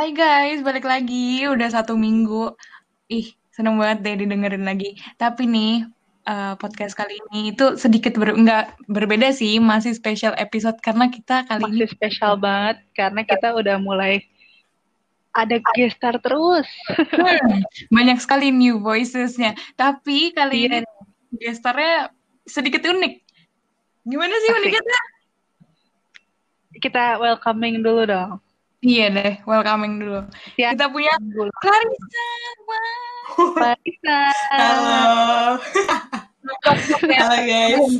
Hai guys, balik lagi. Udah 1 minggu. Ih, seneng banget deh didengerin lagi. Tapi nih, podcast kali ini itu sedikit nggak berbeda sih, masih special episode karena kita kali ini Masih spesial banget karena kita udah mulai ada gestar terus. banyak sekali new voices-nya. Tapi kali ini Iya, gestarnya sedikit unik. Gimana sih asik. uniknya? Kita welcoming dulu dong. Iya deh, welcoming dulu. Ya, Kita punya dulu. Clarissa. Wah. Parisa. Halo, halo guys.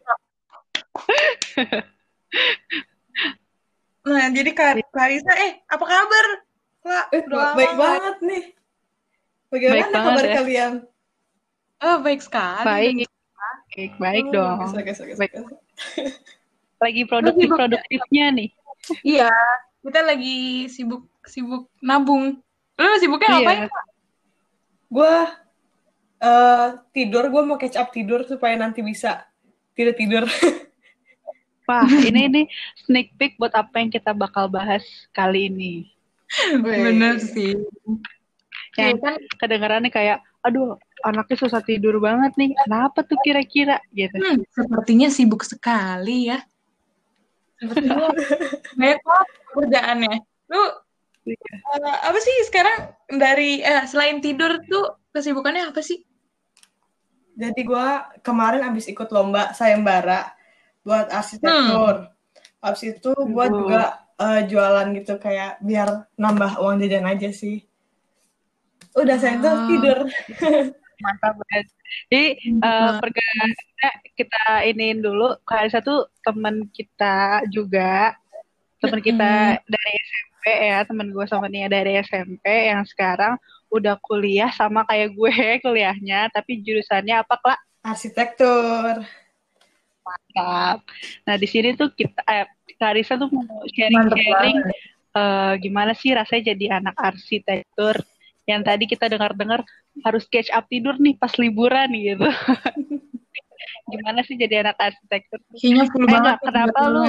Nah, jadi Clarissa, apa kabar? Kak, udah lama Baik nggak- banget nih. Bagaimana Baik banget kabar ya. kalian? Oh, baik sekali. Baik. Baik dong. Baik. Lagi produktifnya nih. Iya, kita lagi sibuk nabung. Lu sibuknya Iya. ngapain? Gue tidur, gue mau catch up tidur supaya nanti bisa tidur. Wah, ini sneak peek buat apa yang kita bakal bahas kali ini. Bener sih. Yang Iya kan? kedengarannya kayak, aduh, anaknya susah tidur banget nih. Kenapa tuh kira-kira? Gitu. Sepertinya sibuk sekali ya. Sepertinya banyak banget pekerjaannya. Lu apa sih sekarang dari selain tidur tuh kesibukannya apa sih? Jadi gue kemarin abis ikut lomba sayembara buat arsitektur. Abis itu gue juga jualan gitu kayak biar nambah uang jajan aja sih. Udah saya tuh tidur. Mantap banget. Jadi pergerakannya kita iniin dulu. Kayak satu teman kita juga, teman kita dari SMP ya, teman gue sama Nia dari SMP yang sekarang udah kuliah sama kayak gue kuliahnya, tapi jurusannya apa, Kak? Arsitektur. Mantap. Nah di sini tuh kita, Clarissa tuh mau sharing-sharing gimana sih rasanya jadi anak arsitektur. Yang tadi kita dengar-dengar harus catch up tidur nih pas liburan gitu. Gimana sih jadi anak arsitektur? Kayaknya full banget. Kenapa lu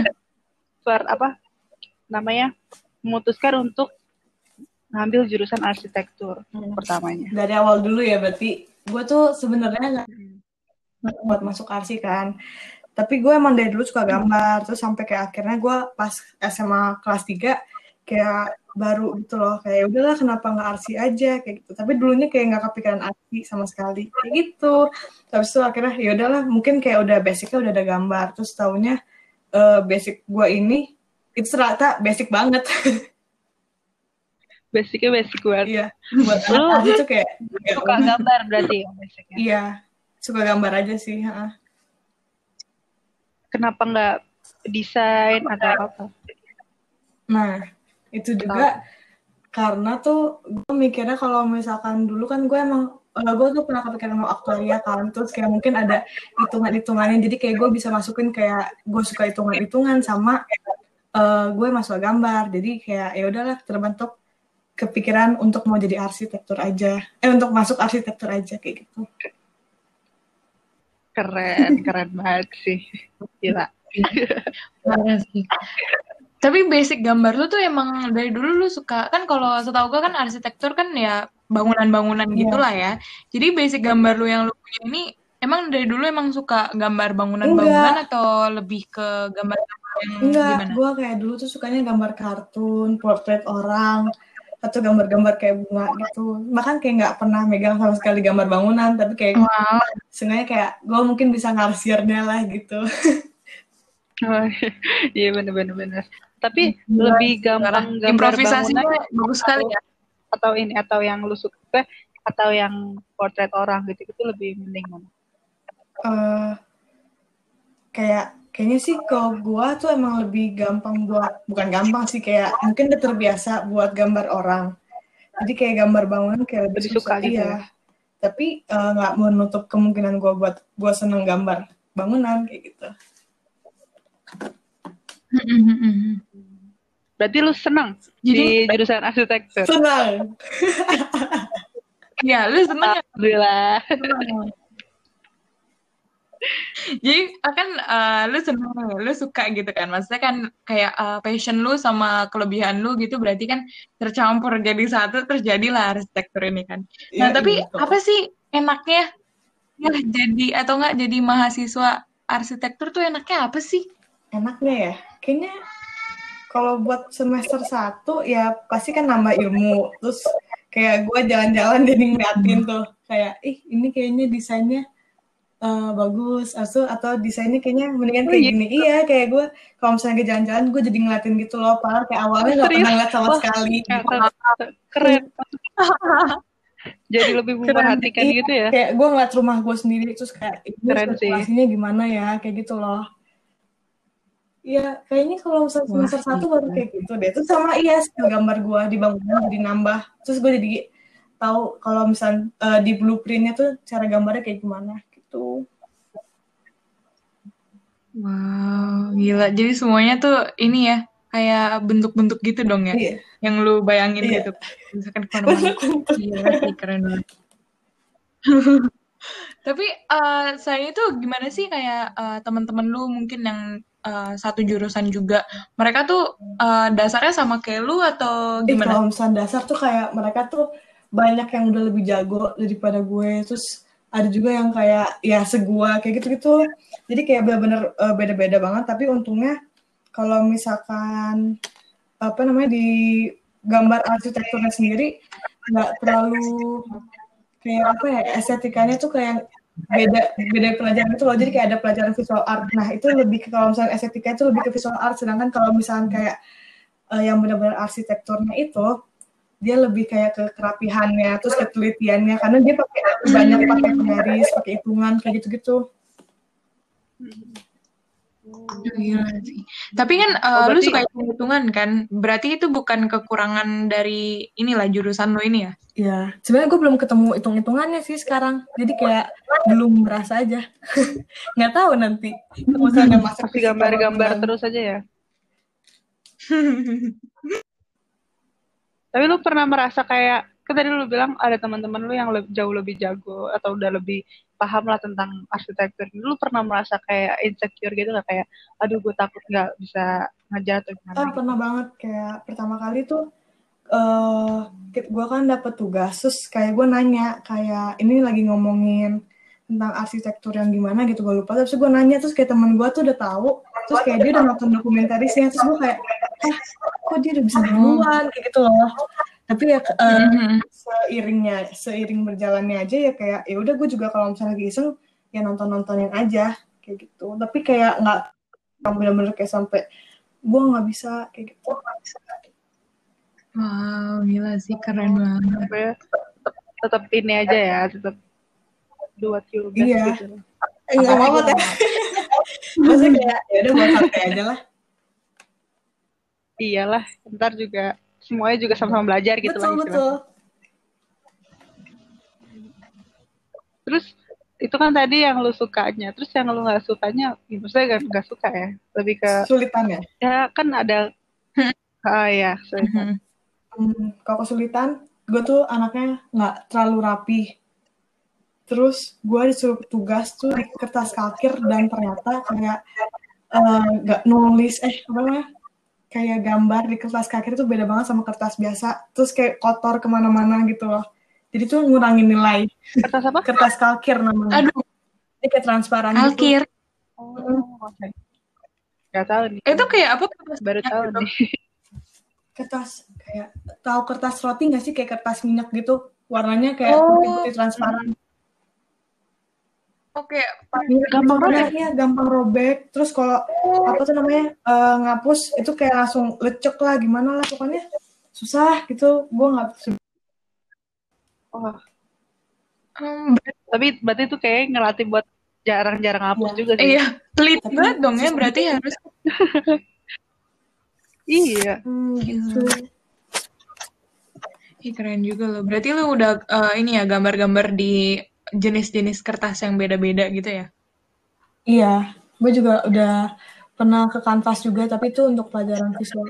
memutuskan untuk ngambil jurusan arsitektur pertamanya? Dari awal dulu ya berarti. Gue tuh sebenarnya nggak buat masuk arsi kan. Tapi gue emang dari dulu suka gambar. Terus sampai kayak akhirnya gue pas SMA kelas 3 kayak baru gitu loh, kayak udahlah kenapa nggak arsi aja kayak gitu. Tapi dulunya kayak nggak kepikiran arsi sama sekali kayak gitu. Terus itu akhirnya ya udahlah, mungkin kayak udah basicnya udah ada gambar. Terus taunya basic gue ini itu ternyata basic banget. Basicnya basic banget. Iya, buat arsi tuh kayak suka gambar berarti ya basicnya. Iya, suka gambar aja sih. Kenapa nggak desain atau apa? Nah, itu juga karena tuh gue mikirnya kalau misalkan dulu kan gue emang gue tuh pernah kepikiran mau aktuaria kan, terus kayak mungkin ada hitungan-hitungannya, jadi kayak gue bisa masukin kayak gue suka hitungan-hitungan sama gue masuk gambar, jadi kayak ya udahlah terbentuk kepikiran untuk mau jadi arsitektur aja, untuk masuk arsitektur aja kayak gitu. Keren banget sih, gila. Tapi basic gambar lu tuh emang dari dulu lu suka, kan kalau setahu gue kan arsitektur kan ya bangunan-bangunan gitulah ya. Jadi basic gambar lu yang lu punya ini emang dari dulu emang suka gambar bangunan-bangunan atau lebih ke gambar yang gimana? Gue kayak dulu tuh sukanya gambar kartun, portrait orang, atau gambar-gambar kayak bunga gitu. Bahkan kayak nggak pernah megang sama sekali gambar bangunan, tapi kayak sebenarnya kayak gue mungkin bisa ngarsirnya lah gitu. Iya benar. Tapi lebih gampang gambar bangunan bagus sekali ya. Atau yang lu suka atau yang portrait orang gitu itu lebih mending mana? Kayaknya sih kalau gue tuh emang lebih gampang bukan gampang sih, kayak mungkin udah terbiasa buat gambar orang. Jadi kayak gambar bangunan kayak lebih suka gitu ya. Tapi nggak menutup kemungkinan gue seneng gambar bangunan kayak gitu. Berarti lu senang di jurusan arsitektur? Senang. Ya, lu senang ya? Alhamdulillah. Jadi akan lu seneng, lu suka gitu kan. Maksudnya kan kayak passion lu sama kelebihan lu gitu berarti kan tercampur jadi satu terus jadilah arsitektur ini kan. Nah, Iya, tapi gitu. apa sih enaknya ya jadi atau enggak jadi mahasiswa arsitektur tuh enaknya apa sih? Enaknya ya, kayaknya kalau buat semester 1 ya pasti kan nambah ilmu. Terus kayak gue jalan-jalan jadi ngeliatin tuh kayak ini kayaknya desainnya bagus atau desainnya kayaknya mendingan Oh kayak iya, gini. Iya, kayak gue kalau misalnya ke jalan-jalan gue jadi ngeliatin gitu loh, padahal kayak awalnya nggak pernah serius. ngeliat sama Wah, sekali. keren. Jadi lebih Keren. memperhatikan Iya, gitu ya. kayak gue ngeliat rumah gue sendiri terus kayak ini Keren sih. sirkulasinya gimana ya, kayak gitu loh. Iya, kayaknya kalau misalnya Wah, semester 1 baru kayak gitu deh. Terus sama skill gambar gue di bangunan jadi nambah. Terus gue jadi tahu kalau misalnya di blueprintnya tuh cara gambarnya kayak gimana gitu. wow, gila. Jadi semuanya tuh ini ya, kayak bentuk-bentuk gitu dong ya, Iya, yang lu bayangin iya. gitu. Misalkan kemana-mana. Bentuk-bentuk. Gila sih, keren banget. Tapi saya itu gimana sih kayak teman-teman lu mungkin yang satu jurusan juga, mereka tuh dasarnya sama kayak lu atau gimana? Kalau misalnya dasar tuh kayak mereka tuh banyak yang udah lebih jago daripada gue. Terus ada juga yang kayak ya segua kayak gitu-gitu. Jadi kayak benar-benar beda-beda banget. Tapi untungnya kalau misalkan apa namanya di gambar arsitekturnya sendiri nggak terlalu kayak apa ya, estetikanya tuh kayak beda pelajaran itu loh. Jadi kayak ada pelajaran visual art. Nah itu lebih ke kalau misalnya estetika itu lebih ke visual art. Sedangkan kalau misalnya kayak yang benar-benar arsitekturnya itu dia lebih kayak ke kerapihannya, terus ketelitiannya, karena dia banyak pakai penggaris, pakai hitungan kayak gitu-gitu. Gila sih. Tapi kan lu berarti suka hitung-hitungan kan? Berarti itu bukan kekurangan dari inilah jurusan lu ini ya? Ya, sebenarnya gue belum ketemu hitung-hitungannya sih sekarang. Jadi kayak belum merasa aja. Nggak tahu nanti. Kalau misalnya masuk masih fisika gambar-gambar bangunan. terus aja ya. Tapi lu pernah merasa kayak, kan tadi lu bilang ada teman-teman lu yang jauh lebih jago atau udah lebih paham lah tentang arsitektur. Lu pernah merasa kayak insecure gitu nggak, kayak, aduh gue takut nggak bisa ngajar atau gimana gitu? Pernah banget. Kayak pertama kali tuh gue kan dapet tugas, terus kayak gue nanya, kayak ini lagi ngomongin tentang arsitektur yang gimana gitu, gue lupa. Terus gue nanya, terus kayak temen gue tuh udah tahu, terus kayak dia udah nonton dokumentarisnya, terus gue kayak, kok dia udah bisa duluan, kayak gitu loh. Tapi ya seiring berjalannya aja ya kayak, ya udah gue juga kalau misalnya lagi iseng, ya nonton-nontonin aja, kayak gitu. Tapi kayak nggak bener-bener kayak sampai, gue nggak bisa, kayak gitu. Wow, gila sih, keren banget. Tetap ini aja ya, tetap do what you best gitu. Enggak apa-apa deh. Maksudnya kayak ya udah buat santai aja lah. Iyalah, ntar juga semuanya juga sama-sama belajar gitu lah. Betul. Terus itu kan tadi yang lu sukanya, terus yang lu nggak sukanya, maksudnya nggak suka ya, lebih ke kesulitan ya. Ya kan ada, ya kesulitan. Kalau kesulitan, gue tuh anaknya nggak terlalu rapi. Terus gue disuruh tugas tuh di kertas kalkir dan ternyata kayak nggak nulis kayak gambar di kertas kalkir tuh beda banget sama kertas biasa. Terus kayak kotor kemana-mana gitu loh. Jadi tuh ngurangin nilai. Kertas apa? Kertas kalkir namanya. Aduh. Ini kayak transparan kalkir. gitu. Okay. Gak tahu nih. Itu kayak apa? Baru tahu gitu. Nih. Kertas kayak, tahu kertas roti nggak sih, kayak kertas minyak gitu, warnanya kayak putih-putih transparan. Oke, gampang robek. Iya, gampang robek. Terus kalau apa tuh namanya ngapus itu kayak langsung lecek lah, gimana lah pokoknya susah gitu. Gue nggak. Tapi berarti itu kayak ngelatih buat jarang-jarang hapus juga sih. Iya, pelit banget dong ya, berarti harus. Iya. Gitu. Keren juga loh. Berarti lu udah ini ya, gambar-gambar di jenis-jenis kertas yang beda-beda gitu ya? Iya, gue juga udah pernah ke kanvas juga, tapi itu untuk pelajaran visual.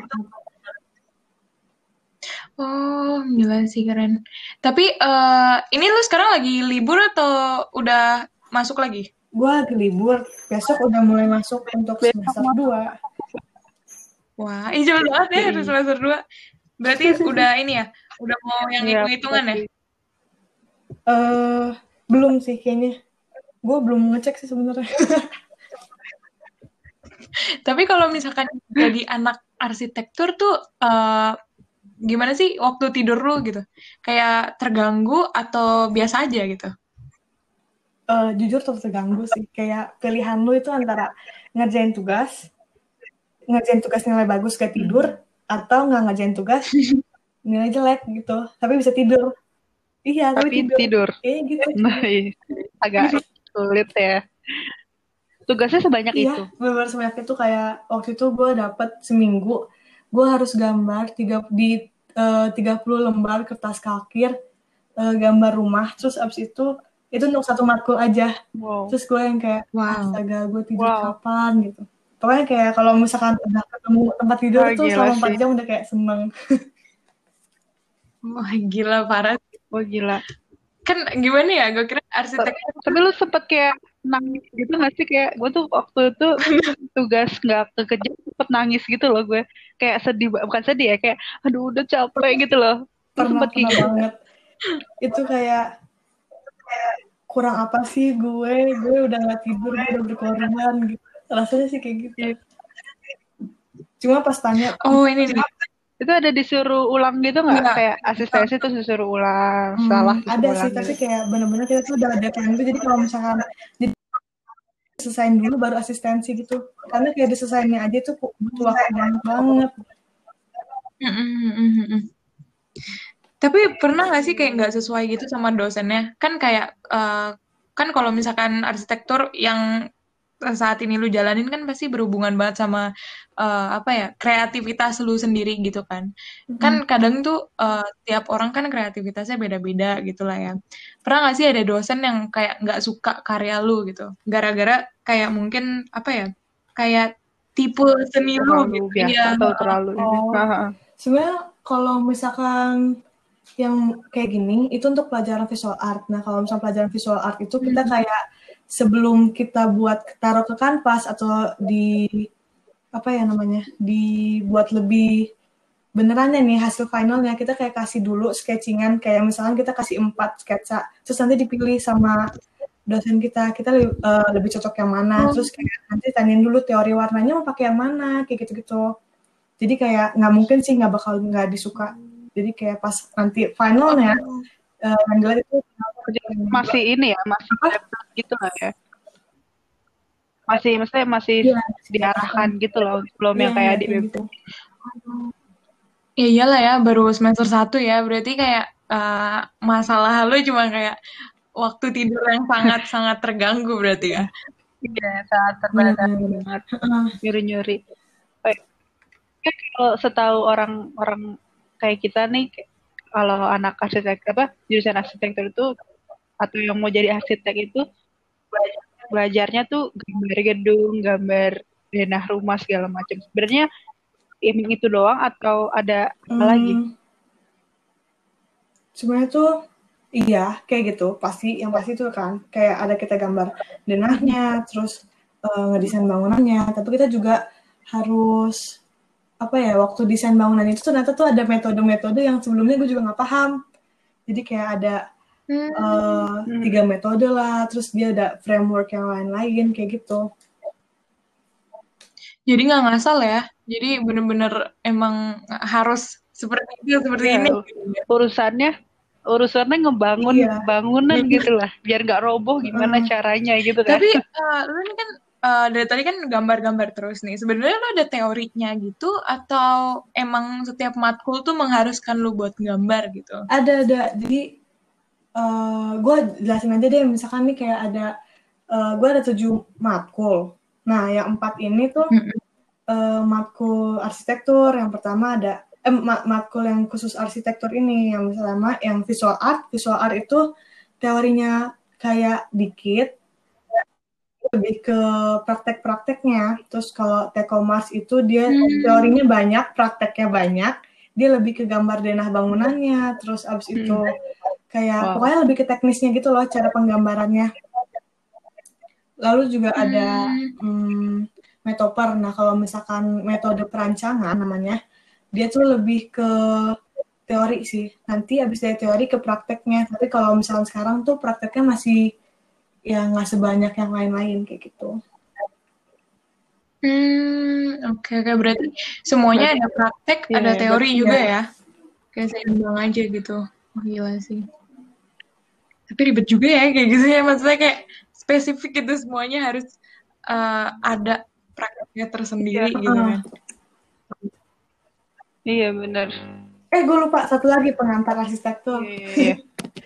Oh, gila sih, keren. Tapi ini lu sekarang lagi libur atau udah masuk lagi? gue lagi libur. Besok udah mulai masuk untuk semester 2. Wah, jauh banget ya harus semester 2. Berarti udah ini ya, udah mau yang hitung-hitungan ya? Belum sih kayaknya. Gue belum ngecek sih sebenarnya. Tapi kalau misalkan jadi anak arsitektur tuh gimana sih waktu tidur lu gitu? Kayak terganggu atau biasa aja gitu? Jujur terganggu sih. Kayak pilihan lu itu antara ngerjain tugas nilai bagus gak tidur, atau nggak ngerjain tugas nilai jelek gitu. Tapi bisa tidur. Iya, tapi tidur. Kayaknya gitu. Nah, agak sulit ya. Tugasnya sebanyak itu? Iya, benar sebanyak itu. Kayak waktu itu gue dapet seminggu, gue harus gambar 30 lembar kertas kalkir, gambar rumah. Terus abis itu untuk satu matkul aja. Wow. Terus gue yang kayak, astaga gue tidur kapan gitu. Pokoknya kayak kalau misalkan udah ketemu tempat tidur tuh selama 4 jam udah kayak seneng. Wah, gila parah. Oh gila. Kan gimana ya, gue kira arsitek. Tapi lu sempet kayak nangis gitu gak sih? Kayak gue tuh waktu itu tugas gak kekejar sempet nangis gitu loh gue. Kayak sedih, bukan sedih ya, kayak aduh udah capek gitu loh. Pernah banget. Itu kayak kurang apa sih gue udah gak tidur, gue udah berkorban gitu. Rasanya sih kayak gitu. Cuma pas tanya, ini nih. Itu ada disuruh ulang gitu nggak? Kayak asistensi tuh disuruh ulang, salah ada ulang sih, tapi kayak benar-benar kita tuh udah ada plan gitu. Jadi kalau misalkan diselesain dulu baru asistensi gitu. Karena kayak diselesainnya aja tuh butuh waktu banget. Tapi pernah nggak sih kayak nggak sesuai gitu sama dosennya? Kan kayak kan kalau misalkan arsitektur yang saat ini lu jalanin kan pasti berhubungan banget sama kreativitas lu sendiri gitu kan. Kan kadang tuh tiap orang kan kreativitasnya beda-beda gitu lah ya. Pernah nggak sih ada dosen yang kayak nggak suka karya lu gitu? Gara-gara kayak mungkin kayak tipe seni lu gitu. Biasa atau terlalu ini. Sebenarnya kalau misalkan yang kayak gini itu untuk pelajaran visual art. Nah, kalau misalnya pelajaran visual art itu kita kayak sebelum kita buat taruh ke kanvas atau dibuat lebih benerannya nih hasil finalnya, kita kayak kasih dulu sketchingan, kayak misalkan kita kasih 4 sketsa, terus nanti dipilih sama dosen kita lebih cocok yang mana, terus kayak nanti tanyain dulu teori warnanya mau pakai yang mana, kayak gitu-gitu. Jadi kayak nggak mungkin sih nggak disuka. Jadi kayak pas nanti finalnya Angela itu masih ini ya, masih gitu lah ya. Masih diarahkan gitu loh, belum yang kayak di web. Gitu. Ya iyalah ya, baru semester 1 ya, berarti kayak masalah lu cuma kayak waktu tidur yang sangat-sangat terganggu berarti ya. Iya, sangat terbatas, nyuri-nyuri. Kalau setahu orang kayak kita nih, kalau anak arsitek jurusan arsitektur itu atau yang mau jadi arsitek itu belajarnya tuh gambar gedung, gambar denah rumah segala macam. Sebenarnya aiming itu doang atau ada apa lagi? Sebenarnya tuh iya kayak gitu, yang pasti tuh kan kayak ada kita gambar denahnya, terus ngedesain bangunannya, tapi kita juga harus waktu desain bangunan itu ternyata tuh ada metode-metode yang sebelumnya gue juga nggak paham. Jadi kayak ada 3 metode lah, terus dia ada framework yang lain-lain kayak gitu. Jadi nggak ngasal ya, jadi bener-bener emang harus seperti ini. Urusannya ngebangun bangunan gitu lah, biar nggak roboh gimana caranya gitu kan. Tapi lu ini kan dari tadi kan gambar-gambar terus nih. Sebenarnya lo ada teorinya gitu atau emang setiap matkul tuh mengharuskan lo buat gambar gitu? Ada. Jadi gue jelasin aja deh. Misalkan nih kayak ada gue ada 7 matkul. Nah, yang 4 ini tuh matkul arsitektur. Yang pertama ada matkul yang khusus arsitektur ini. Yang misalnya yang visual art. Visual art itu teorinya kayak dikit, lebih ke praktek-prakteknya. Terus kalau Tekomars itu dia teorinya banyak, prakteknya banyak. Dia lebih ke gambar denah bangunannya. Terus abis itu kayak pokoknya lebih ke teknisnya gitu loh, cara penggambarannya. Lalu juga ada metoper. Nah, kalau misalkan metode perancangan namanya, dia tuh lebih ke teori sih. Nanti habis dari teori ke prakteknya. Tapi kalau misalkan sekarang tuh prakteknya masih ya nggak sebanyak yang lain-lain kayak gitu. Oke, berarti semuanya ada praktek, ada teori juga ya. Kayak seimbang aja gitu. Oh, gila sih. Tapi ribet juga ya kayak gitu ya. Maksudnya kayak spesifik itu semuanya harus ada prakteknya tersendiri gitu kan. Iya benar. Gue lupa satu lagi pengantar arsitektur. Iya.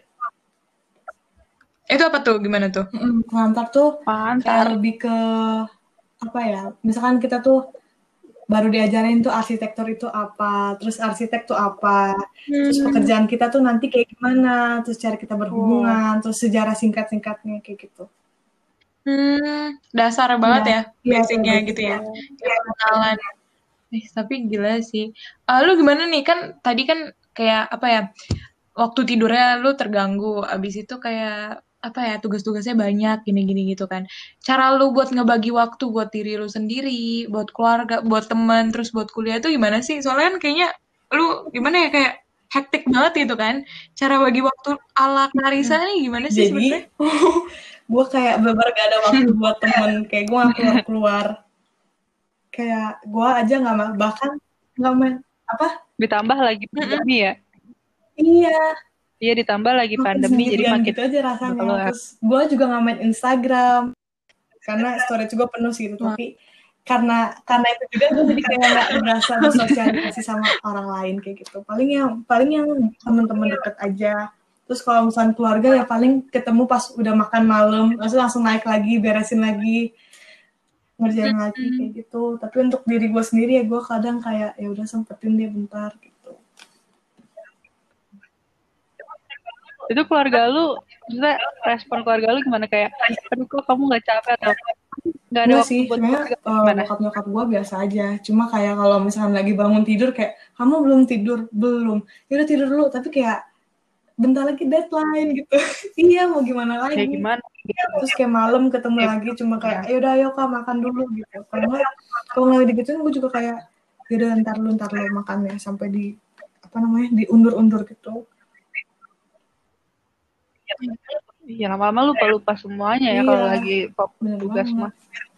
Itu apa tuh? Gimana tuh? Pengantar tuh kayak lebih ke apa ya? Misalkan kita tuh baru diajarin tuh arsitektur itu apa, terus arsitek tuh apa, terus pekerjaan kita tuh nanti kayak gimana, terus cara kita berhubungan, terus sejarah singkat-singkatnya kayak gitu. Dasar banget ya, basicnya gitu ya. Kenalan. Tapi gila sih. Lu gimana nih? Kan tadi kan kayak apa ya? Waktu tidurnya lu terganggu, abis itu kayak apa ya, tugas-tugasnya banyak gini-gini gitu kan. Cara lu buat ngebagi waktu buat diri lu sendiri, buat keluarga, buat teman, terus buat kuliah itu gimana sih? Soalnya kan kayaknya lu gimana ya, kayak hektik banget gitu kan. Cara bagi waktu ala Clarissa nih gimana sih sebenarnya? Gue kayak bener-bener gak ada waktu buat temen, kayak gue gak keluar-keluar. Kayak gue aja gak, bahkan gak main, apa? Ditambah lagi pandemi ya? Iya, ditambah lagi pandemi jadi makin gitu aja rasanya. Terus gue juga nggak main Instagram karena storage gue penuh sih gitu. Tapi karena itu juga gue jadi kayak nggak berasa bersosialisasi sama orang lain kayak gitu. Paling yang teman-teman deket aja. Terus kalau misalnya keluarga ya paling ketemu pas udah makan malam, langsung naik lagi, beresin lagi, ngerjain lagi kayak gitu. Tapi untuk diri gue sendiri ya gue kadang kayak ya udah sempetin dia bentar gitu. Itu keluarga lu, maksudnya respon keluarga lu gimana, kayak aduh kok kamu nggak capek atau nggak ada waktu buat gimana? Bokap gue biasa aja, cuma kayak kalau misalnya lagi bangun tidur kayak kamu belum tidur, belum, ya udah tidur dulu, tapi kayak bentar lagi deadline gitu. Iya, mau gimana lagi, kayak gimana terus kayak malam ketemu lagi cuma kayak ya udah ayo Kak makan dulu gitu. Kalau nggak digituin gue juga kayak ya udah ntar lu makan ya, sampai diundur-undur gitu. Iya, lama-lama lupa semuanya ya kalau lagi fokus tugas mah.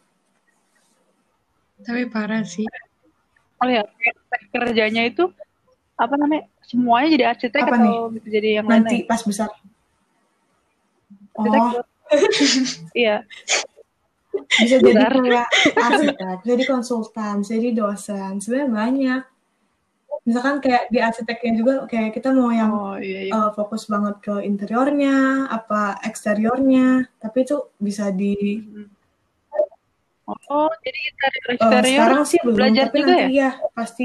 Tapi parah sih. Oh ya, kerjanya itu apa namanya? Semuanya jadi arsitek apa atau nih? Jadi yang nanti lain? Pas besar. Iya. Bisa jadi kayak arsitek, jadi konsultan, jadi dosen, sebenarnya banyak. Misalkan kayak di arsiteknya juga kayak kita mau yang fokus banget ke interiornya, apa eksteriornya, tapi itu bisa di jadi interior sekarang sih belum, belajar tapi juga nanti ya pasti.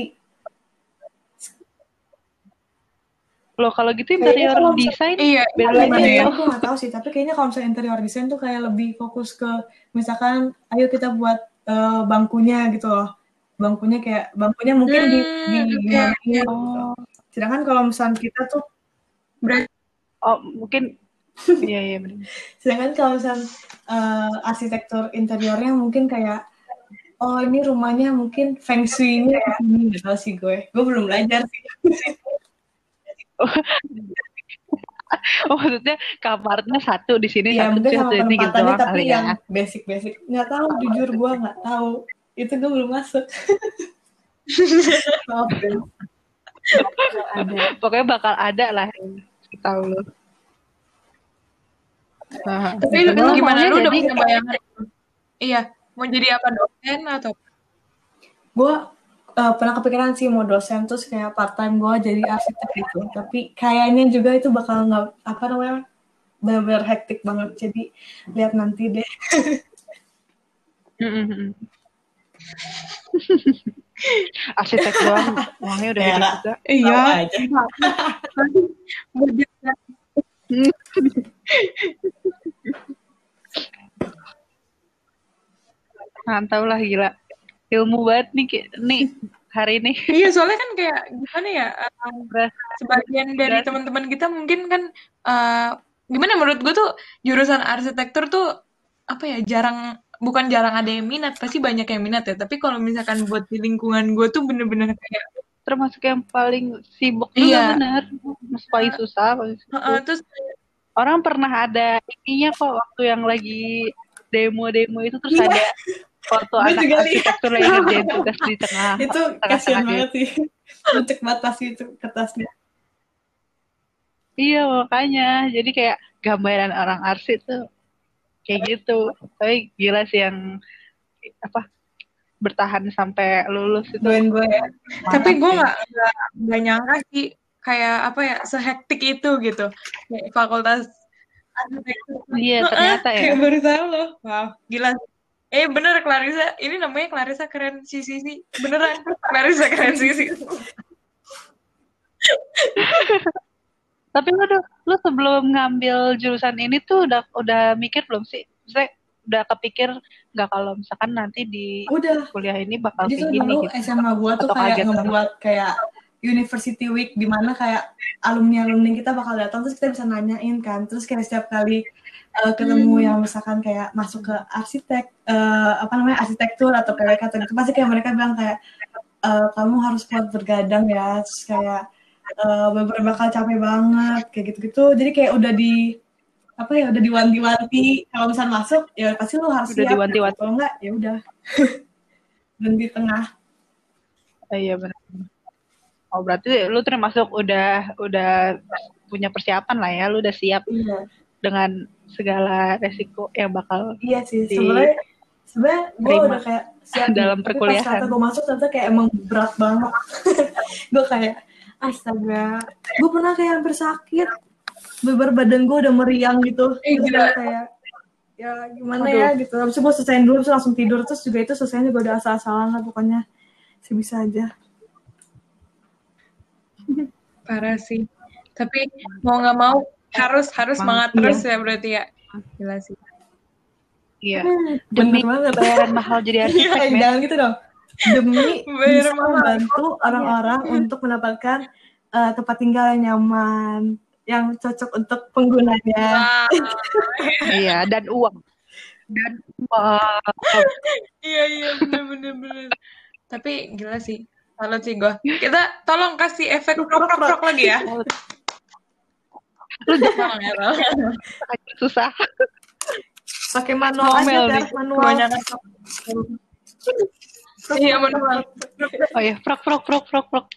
Loh kalau gitu interior desain beda ya. Gue nggak tahu sih, tapi kayaknya kalau misalnya interior desain tuh kayak lebih fokus ke misalkan ayo kita buat bangkunya gitu loh. Bangkunya mungkin di gimana gitu. Sedangkan kalau misalnya kita tuh mungkin iya benar. Sedangkan kalau misalnya arsitektur interiornya mungkin kayak ini rumahnya mungkin feng shui-nya gitu sih gue belum belajar sih. Maksudnya kamarnya satu di sini ya, satu mungkin sama ini gitu tapi ya. Yang basic nggak tahu, jujur gue nggak tahu, itu gue belum masuk. Maaf guys. Pokoknya bakal ada lah tahu lo. Tapi lu gimana, lu udah punya bayangan? Iya, mau jadi apa, dosen atau? Gue pernah kepikiran sih mau dosen, terus kayak part time gue jadi arsitek gitu, tapi kayaknya juga itu bakal nggak benar-benar hektik banget, jadi lihat nanti deh. Arsitek doang uangnya udah ada juga. Iya. Mantap lah, gila. Ilmu banget nih hari ini. Iya, soalnya kan kayak gimana ya, sebagian dari teman-teman kita mungkin kan gimana, menurut gue tuh jurusan arsitektur tuh apa ya, bukan jarang ada yang minat, pasti banyak yang minat ya. Tapi kalau misalkan buat di lingkungan gue tuh bener-bener kayak termasuk yang paling sibuk juga, bener. Paling susah. Terus orang pernah ada ininya kok waktu yang lagi demo-demo itu, terus ada foto anak arsitektur lagi ngerjain tugas di tengah. Itu kasihan banget sih. Lucek batas itu kertasnya. Iya, makanya. Jadi kayak gambaran orang arsi tuh kayak gitu. Tapi gila sih yang bertahan sampai lulus itu. Doain gue ya. Tapi gue nggak nyangka sih kayak sehektik itu gitu. Kayak fakultas arsitektur. Iya, ternyata ya. Kayak baru tahu loh. Wow, gila. Bener Clarissa. Ini namanya Clarissa keren sisi. Beneran. Clarissa keren sisi. Tapi lu sebelum ngambil jurusan ini tuh udah mikir belum sih? Maksudnya udah kepikir nggak kalau misalkan nanti di kuliah ini bakal kayak gini dulu gitu? SMA gue tuh kayak ngebuat kayak University Week di mana kayak alumni kita bakal datang, terus kita bisa nanyain kan, terus kayak setiap kali ketemu yang misalkan kayak masuk ke arsitektur atau PWK atau gitu, pasti kayak mereka bilang kayak kamu harus kuat bergadang ya, terus kayak beberapa kali capek banget kayak gitu-gitu. Jadi kayak udah diwanti-wanti kalau misalnya masuk ya pasti lu harus siap. Kalau enggak ya udah. Dan di tengah. Iya benar. Oh berarti lu termasuk udah punya persiapan lah ya, lu udah siap dengan segala resiko yang bakal. Iya sih, sebenarnya gue udah kayak siap dalam perkuliahan. Pas gue masuk ternyata kayak emang berat banget. Gue kayak astaga, gue pernah kayak hampir sakit, beber badan gue udah meriang gitu, kayak ya gimana ya gitu. Habis itu gue selesaiin dulu, terus langsung tidur, terus juga itu selesainya gue udah asal-asalan lah pokoknya, sebisa aja. Parah sih, tapi mau nggak mau harus semangat terus ya berarti ya. Gila sih. Iya. Demi bayaran mahal jadi arsitek. Jangan gitu dong. Demi bisa membantu orang-orang untuk mendapatkan tempat tinggal yang nyaman, yang cocok untuk penggunanya. Iya, dan uang. Iya, bener. Tapi gila sih, salut sih gue. Kita tolong kasih efek prok lagi ya. Lu jangan ya, susah. Pakai manual aja, manual. Iya manual. Oh ya, prok.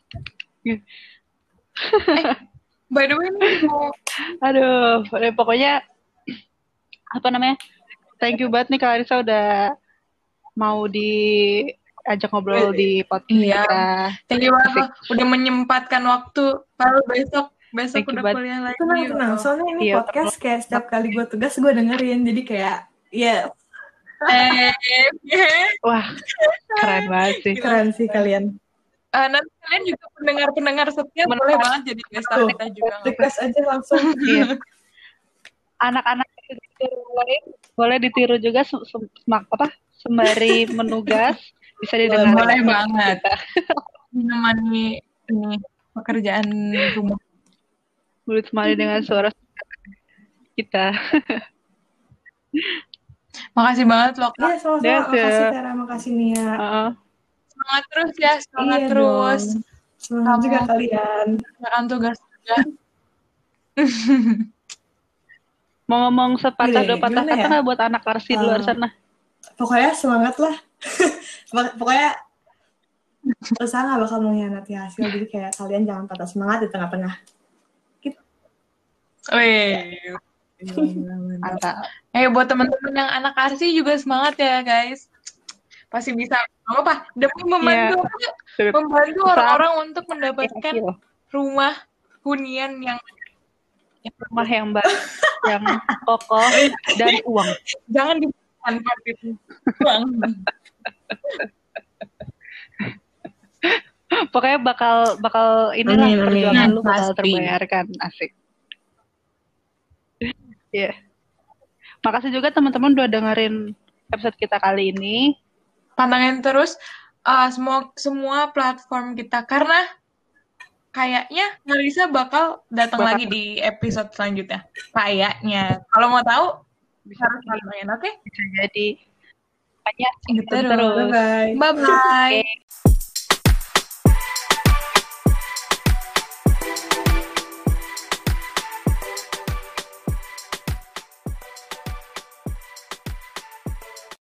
By the way aduh, pokoknya thank you banget nih Clarissa udah mau diajak ngobrol di podcast kita. Thank you banget udah menyempatkan waktu. Lalu besok udah kuliah lagi. Tenang. Soalnya ini podcast kayak setiap kali gue tugas gue dengerin, jadi kayak wah, keren banget sih. Keren sih kalian. Nanti kalian juga pendengar setia boleh banget jadi guest star kita juga. Request aja langsung. Anak-anak boleh ditiru juga sembari menugas bisa didengar. Boleh banget. Menemani ini pekerjaan rumah. Mulut semari dengan suara kita. Makasih banget loh. Iya, sama-sama. Makasih Tara, makasih Nia. Semangat terus ya, semangat terus. Semangat juga kalian. Jangan tugas juga. Mau ngomong sepatah dua patah kata nggak buat anak arsi di luar sana? Pokoknya semangat lah. Pokoknya usaha nggak bakal mengkhianati hasil. Jadi kayak kalian jangan patah semangat di tengah-tengah. Gitu. Mantap. Buat teman-teman yang anak arsi juga semangat ya guys. Pasti bisa. Apa? Demi membantu orang-orang untuk mendapatkan rumah hunian yang rumah yang baik, yang kokoh dan uang. Jangan dibuang uang. Pokoknya bakal inilah perjuangan lu bakal terbayarkan, asik. Iya. Yeah. Makasih juga teman-teman udah dengerin episode kita kali ini. Pantengin terus semua platform kita karena kayaknya Clarissa bakal datang lagi di episode selanjutnya. Kayaknya. Kalau mau tahu bisa harus main, oke? bisa jadi. Makanya Gitu terus. Bye-bye. Bye-bye. Oke.